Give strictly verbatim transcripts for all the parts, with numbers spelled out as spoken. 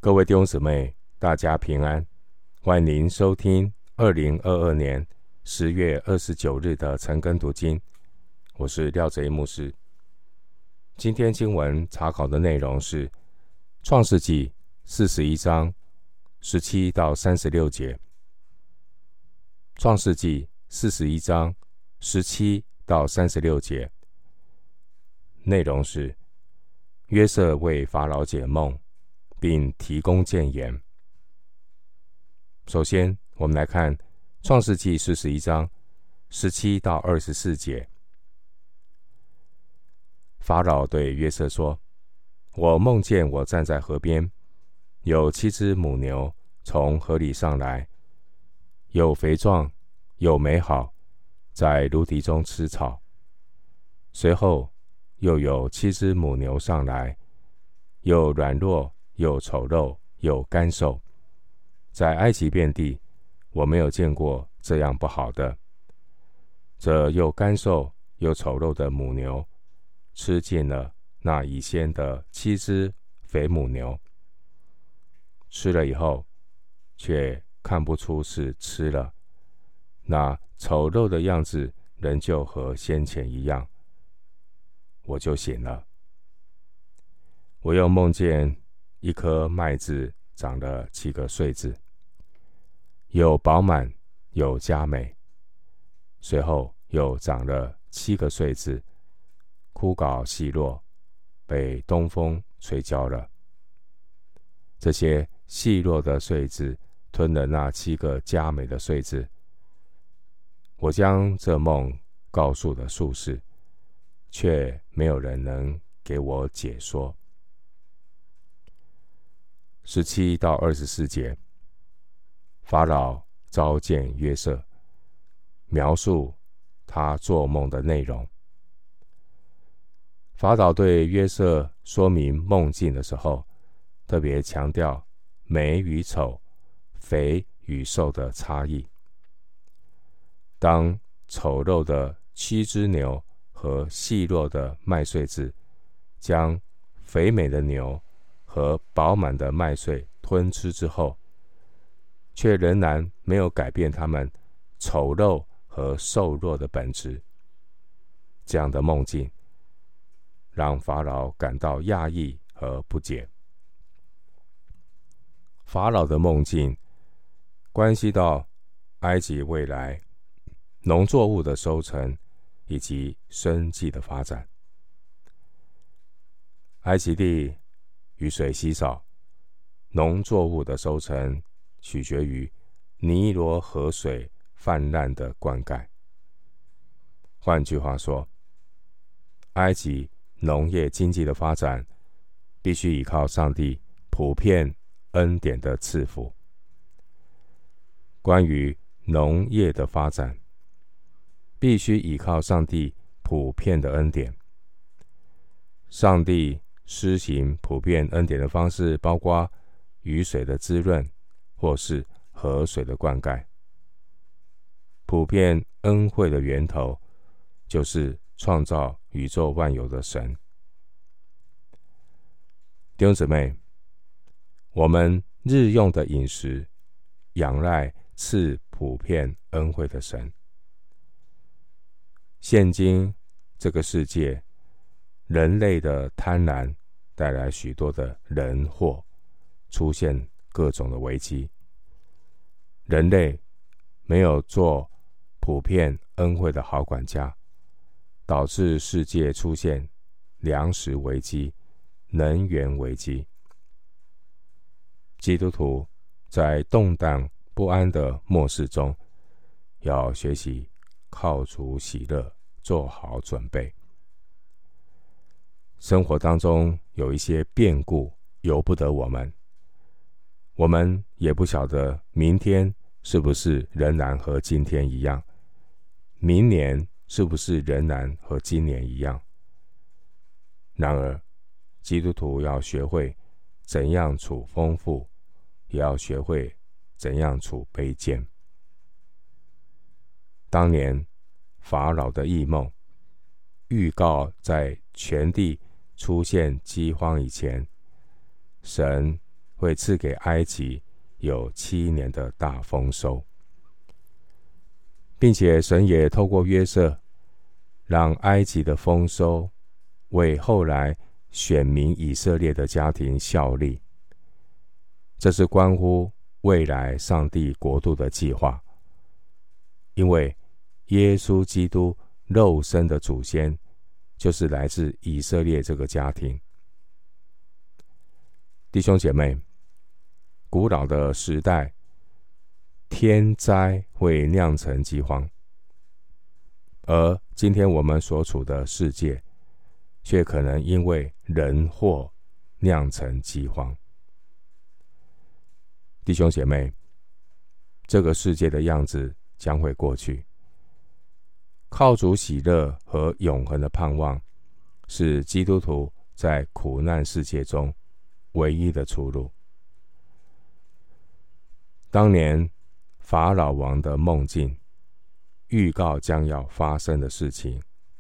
各位弟兄姊妹，大家平安，欢迎您收听二零二二年十月二十九日的晨更读经。我是廖哲一牧师。今天经文查考的内容是创世纪四十一章十七到三十六节。创世纪四十一章十七到三十六节，内容是约瑟为法老解梦，并提供谏言。首先，我们来看创世纪四十一章十七到二十四节。法老对约瑟说：我梦见我站在河边，有七只母牛从河里上来，又肥壮又美好，在芦荻中吃草。随后又有七只母牛上来，又软弱又丑陋又干瘦，在埃及遍地，我没有见过这样不好的。这又干瘦又丑陋的母牛吃尽了那以先的七只肥母牛，吃了以后却看不出是吃了，那丑陋的样子仍旧和先前一样。我就醒了。我又梦见一颗麦子长了七个穗子，有饱满有佳美，随后又长了七个穗子，枯槁细落，被东风吹焦了。这些细落的穗子吞了那七个佳美的穗子。我将这梦告诉了术士，却没有人能给我解说。十七到二十四节，法老召见约瑟，描述他做梦的内容。法老对约瑟说明梦境的时候，特别强调美与丑、肥与瘦的差异。当丑陋的七只牛和细弱的麦穗子将肥美的牛和饱满的麦穗吞吃之后，却仍然没有改变它们丑陋和瘦弱的本质。这样的梦境让法老感到讶异和不解。法老的梦境关系到埃及未来农作物的收成以及生计的发展。埃及地雨水稀少，农作物的收成取决于尼罗河水泛滥的灌溉。换句话说，埃及农业经济的发展必须依靠上帝普遍恩典的赐福。关于农业的发展，必须依靠上帝普遍的恩典。上帝施行普遍恩典的方式包括雨水的滋润或是河水的灌溉。普遍恩惠的源头就是创造宇宙万有的神。弟兄姊妹，我们日用的饮食仰赖赐普遍恩惠的神。现今这个世界，人类的贪婪带来许多的人祸，出现各种的危机。人类没有做普遍恩惠的好管家，导致世界出现粮食危机、能源危机。基督徒在动荡不安的末世中，要学习靠主喜乐，做好准备。生活当中有一些变故由不得我们，我们也不晓得明天是不是仍然和今天一样，明年是不是仍然和今年一样。然而基督徒要学会怎样处丰富，也要学会怎样处卑贱。当年法老的异梦预告在全地出现饥荒以前，神会赐给埃及有七年的大丰收，并且神也透过约瑟，让埃及的丰收为后来选民以色列的家庭效力。这是关乎未来上帝国度的计划，因为耶稣基督肉身的祖先就是来自以色列这个家庭。弟兄姐妹，古老的时代，天灾会酿成饥荒，而今天我们所处的世界，却可能因为人祸酿成饥荒。弟兄姐妹，这个世界的样子将会过去，靠主喜乐和永恒的盼望，是基督徒在苦难世界中唯一的出路。当年法老王的梦境预告将要发生的事情，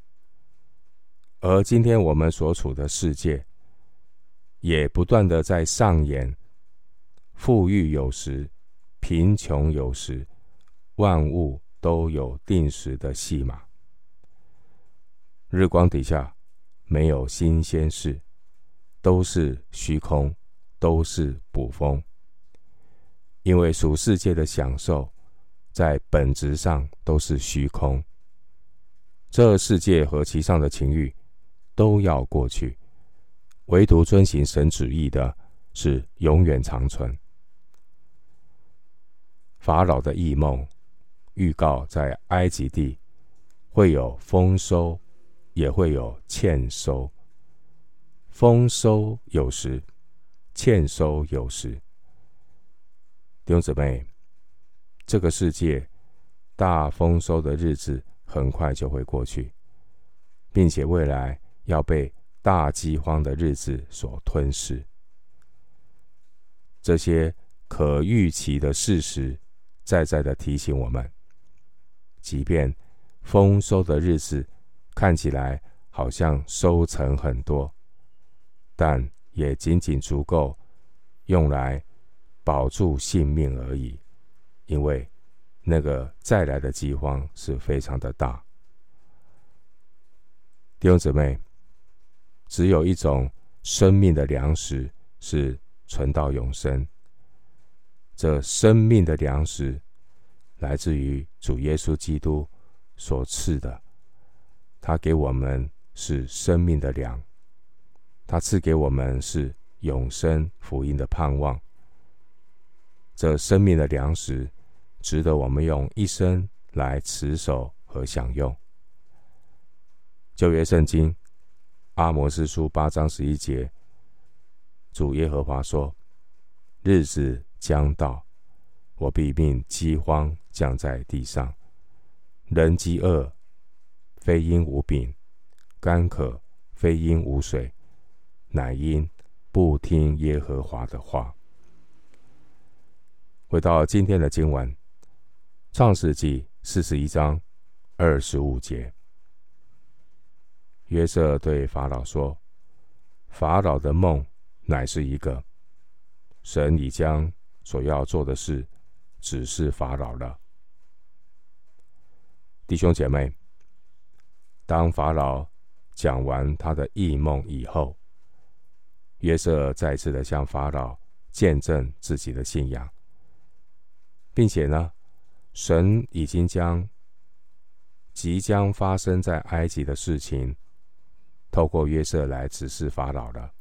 而今天我们所处的世界也不断的在上演富裕有时，贫穷有时，万物都有定时的戏码。日光底下没有新鲜事，都是虚空，都是捕风。因为属世界的享受在本质上都是虚空，这世界和其上的情欲都要过去，唯独遵行神旨意的是永远长存。法老的异梦预告在埃及地会有丰收，也会有欠收，丰收有时，欠收有时。弟兄姊妹，这个世界大丰收的日子很快就会过去，并且未来要被大饥荒的日子所吞噬。这些可预期的事实再再的提醒我们，即便丰收的日子看起来好像收成很多，但也仅仅足够用来保住性命而已，因为那个再来的饥荒是非常的大。弟兄姊妹，只有一种生命的粮食是存到永生，这生命的粮食来自于主耶稣基督所赐的，他给我们是生命的粮，他赐给我们是永生福音的盼望。这生命的粮食值得我们用一生来持守和享用。旧约圣经阿摩司书八章十一节，主耶和华说，日子将到，我必命饥荒降在地上，人饥饿非因无饼，干渴非因无水，乃因不听耶和华的话。回到今天的经文，创世纪四十一章二十五节，约瑟对法老说，法老的梦乃是一个，神已将所要做的事指示法老了。弟兄姐妹，当法老讲完他的异梦以后，约瑟再次的向法老见证自己的信仰，并且呢，神已经将即将发生在埃及的事情透过约瑟来指示法老了。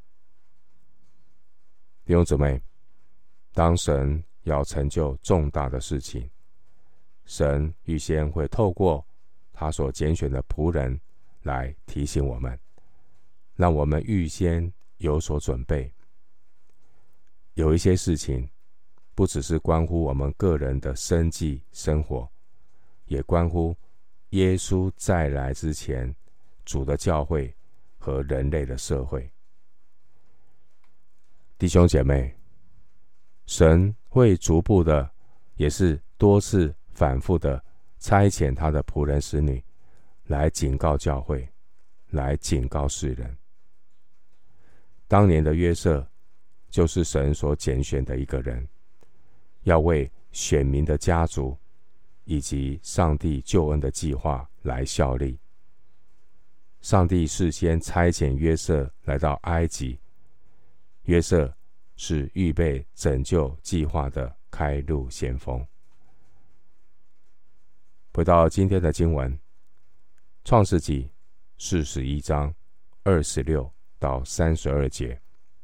弟兄姊妹，当神要成就重大的事情，神预先会透过他所拣选的仆人来提醒我们，让我们预先有所准备。有一些事情不只是关乎我们个人的生计生活，也关乎耶稣再来之前主的教会和人类的社会。弟兄姐妹，神会逐步的，也是多次反复的差遣他的仆人使女来警告教会，来警告世人。当年的约瑟就是神所拣选的一个人，要为选民的家族以及上帝救恩的计划来效力。上帝事先差遣约瑟来到埃及，约瑟是预备拯救计划的开路先锋。回到今天的经文，创世纪四十一章二十六到三十二节。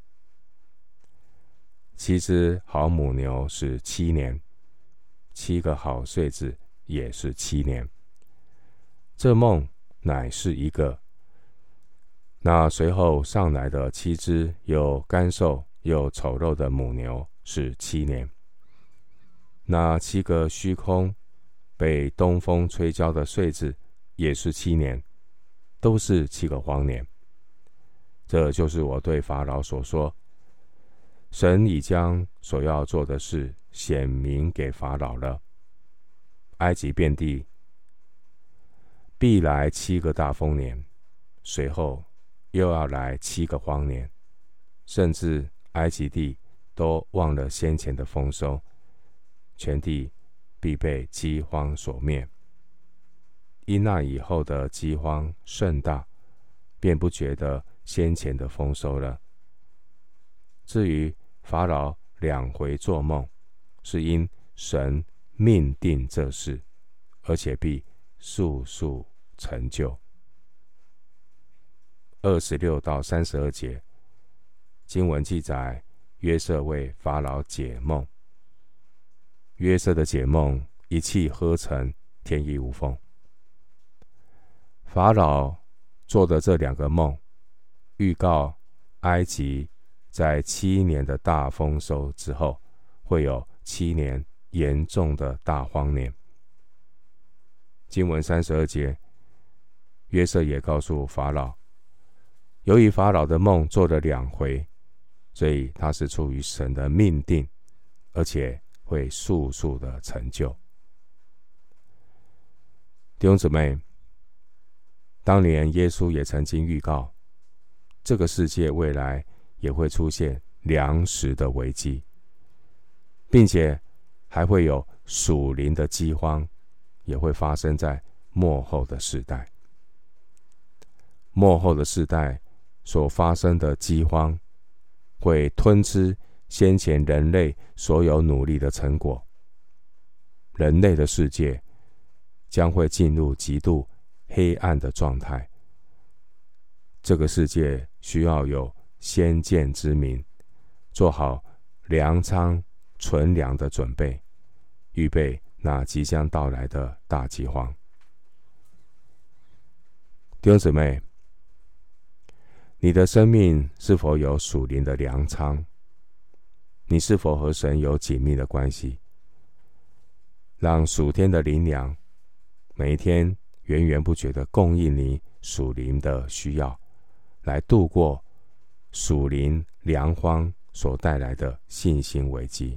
七只好母牛是七年，七个好穗子也是七年。这梦乃是一个。那随后上来的七只又干瘦又丑陋的母牛是七年。那七个虚空被东风吹焦的穗子也是七年，都是七个荒年。这就是我对法老所说，神已将所要做的事显明给法老了。埃及遍地必来七个大丰年，随后又要来七个荒年，甚至埃及地都忘了先前的丰收，全地必被饥荒所灭。因那以后的饥荒甚大，便不觉得先前的丰收了。至于法老两回做梦，是因神命定这事，而且必速速成就。二十六到三十二节，经文记载约瑟为法老解梦。约瑟的解梦一气呵成，天衣无缝。法老做的这两个梦，预告埃及在七年的大丰收之后，会有七年严重的大荒年。经文三十二节，约瑟也告诉法老，由于法老的梦做了两回，所以他是出于神的命定，而且会速速的成就。弟兄姊妹，当年耶稣也曾经预告，这个世界未来也会出现粮食的危机，并且还会有属灵的饥荒，也会发生在末后的世代。末后的世代所发生的饥荒，会吞吃先前人类所有努力的成果。人类的世界将会进入极度黑暗的状态。这个世界需要有先见之明，做好粮仓存粮的准备，预备那即将到来的大饥荒。弟兄姊妹，你的生命是否有属灵的粮仓？你是否和神有紧密的关系？让属天的灵粮每一天源源不绝地供应你属灵的需要，来度过属灵粮荒所带来的信心危机。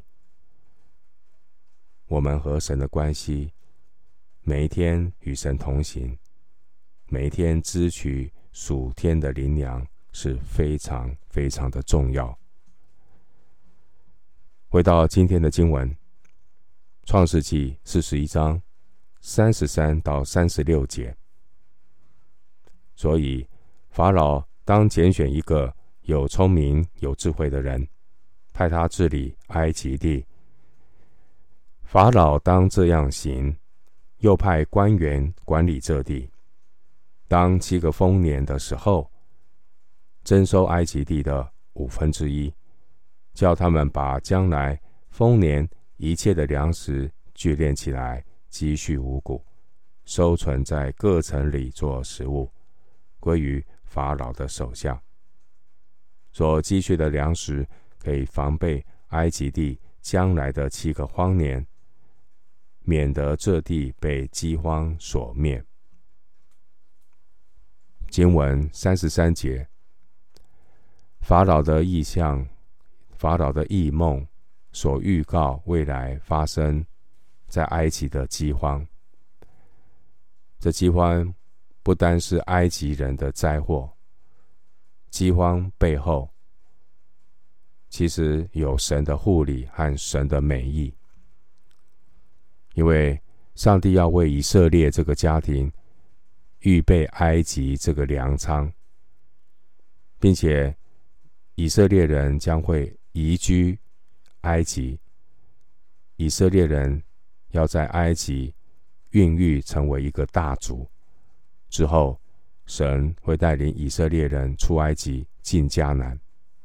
我们和神的关系，每一天与神同行，每一天支取属天的灵粮，是非常非常的重要。回到今天的经文，创世纪四十一章三十三到三十六节。所以法老当拣选一个有聪明有智慧的人，派他治理埃及地。法老当这样行，又派官员管理这地。当七个丰年的时候，征收埃及地的五分之一，叫他们把将来丰年一切的粮食聚敛起来，积蓄五谷，收存在各城里做食物，归于法老的手下。所积蓄的粮食可以防备埃及地将来的七个荒年，免得这地被饥荒所灭。经文三十三节，法老的异象，法老的异梦所预告未来发生在埃及的饥荒。这饥荒不单是埃及人的灾祸，饥荒背后其实有神的护理和神的美意，因为上帝要为以色列这个家庭预备埃及这个粮仓，并且以色列人将会移居埃及，以色列人要在埃及孕育成为一个大族，之后神会带领以色列人出埃及进迦南。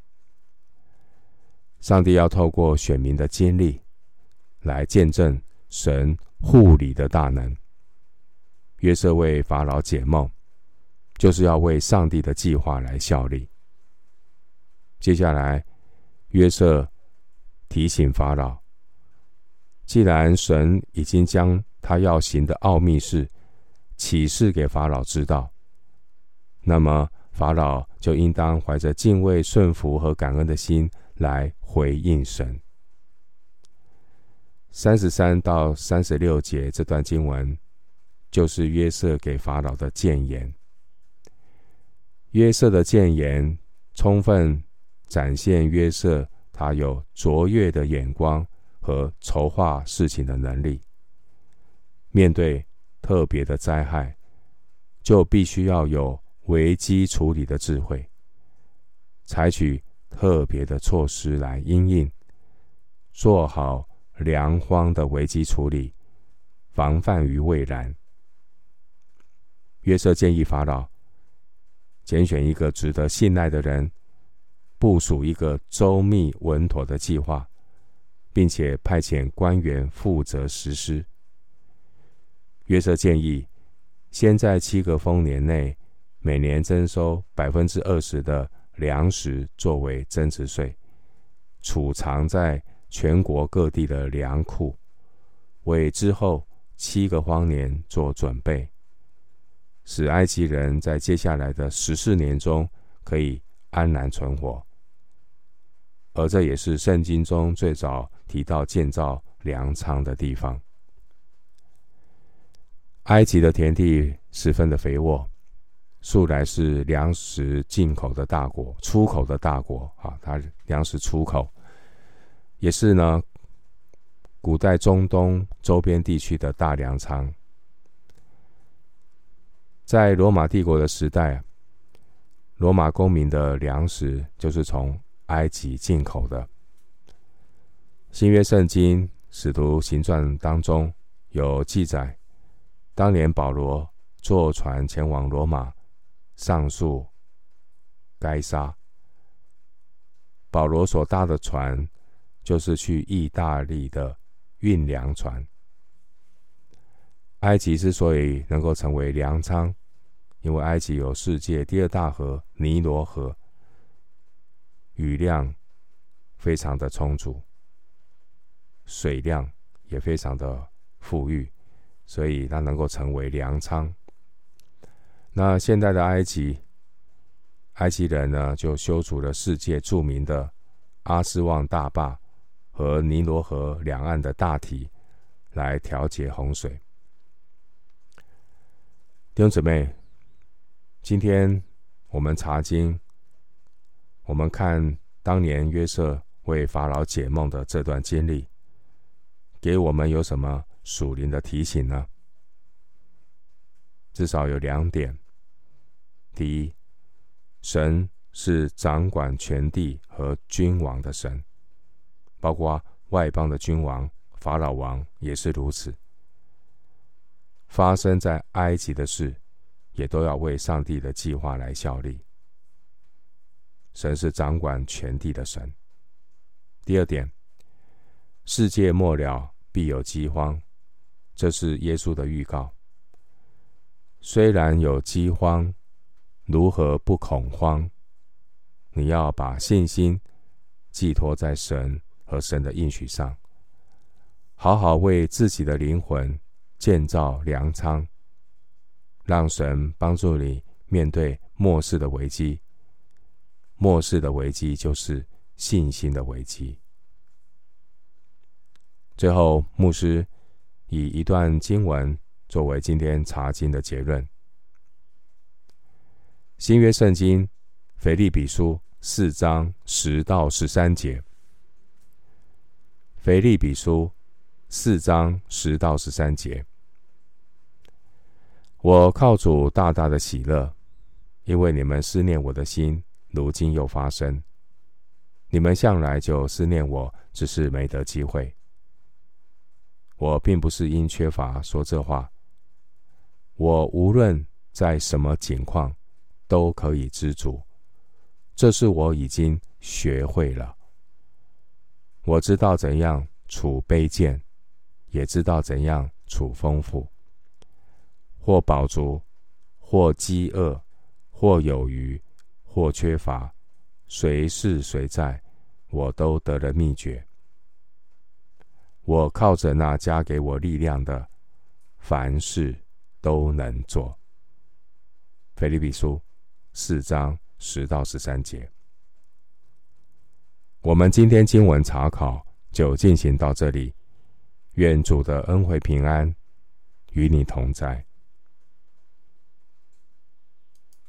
上帝要透过选民的经历来见证神护理的大能。约瑟为法老解梦，就是要为上帝的计划来效力。接下来约瑟提醒法老，既然神已经将他要行的奥秘事启示给法老知道，那么法老就应当怀着敬畏、顺服和感恩的心来回应神。三十三到三十六节这段经文，就是约瑟给法老的谏言。约瑟的谏言充分展现约瑟他有卓越的眼光和筹划事情的能力。面对特别的灾害，就必须要有危机处理的智慧，采取特别的措施来因应，做好粮荒的危机处理，防范于未然。约瑟建议法老拣选一个值得信赖的人，部署一个周密稳妥的计划，并且派遣官员负责实施。约瑟建议先在七个丰年内每年征收百分之二十的粮食作为增值税，储藏在全国各地的粮库，为之后七个荒年做准备，使埃及人在接下来的十四年中可以安然存活。而这也是圣经中最早提到建造粮仓的地方。埃及的田地十分的肥沃，素来是粮食进口的大国，出口的大国啊，它粮食出口，也是呢古代中东周边地区的大粮仓。在罗马帝国的时代，罗马公民的粮食就是从埃及进口的。新约圣经使徒行传当中有记载，当年保罗坐船前往罗马上诉该撒，保罗所搭的船就是去意大利的运粮船。埃及之所以能够成为粮仓，因为埃及有世界第二大河尼罗河，雨量非常的充足，水量也非常的富裕，所以它能够成为粮仓。那现代的埃及，埃及人呢就修筑了世界著名的阿斯旺大坝和尼罗河两岸的大堤，来调节洪水。弟兄姊妹，今天我们查经，我们看当年约瑟为法老解梦的这段经历，给我们有什么属灵的提醒呢？至少有两点。第一，神是掌管全地和君王的神，包括外邦的君王法老王也是如此。发生在埃及的事，也都要为上帝的计划来效力。神是掌管全地的神。第二点，世界末了必有饥荒，这是耶稣的预告。虽然有饥荒，如何不恐慌？你要把信心寄托在神和神的应许上，好好为自己的灵魂建造粮仓，让神帮助你面对末世的危机。末世的危机就是信心的危机。最后，牧师以一段经文作为今天查经的结论。新约圣经腓立比书四章十到十三节。腓立比书四章十到十三节。我靠主大大的喜乐，因为你们思念我的心，如今又发生。你们向来就思念我，只是没得机会。我并不是因缺乏说这话，我无论在什么情况都可以知足，这是我已经学会了。我知道怎样处卑贱，也知道怎样处丰富。或饱足，或饥饿，或有余，或缺乏，随是随在，我都得了秘诀。我靠着那加给我力量的，凡事都能做。腓立比书四章十到十三节。我们今天经文查考就进行到这里，愿主的恩惠平安与你同在。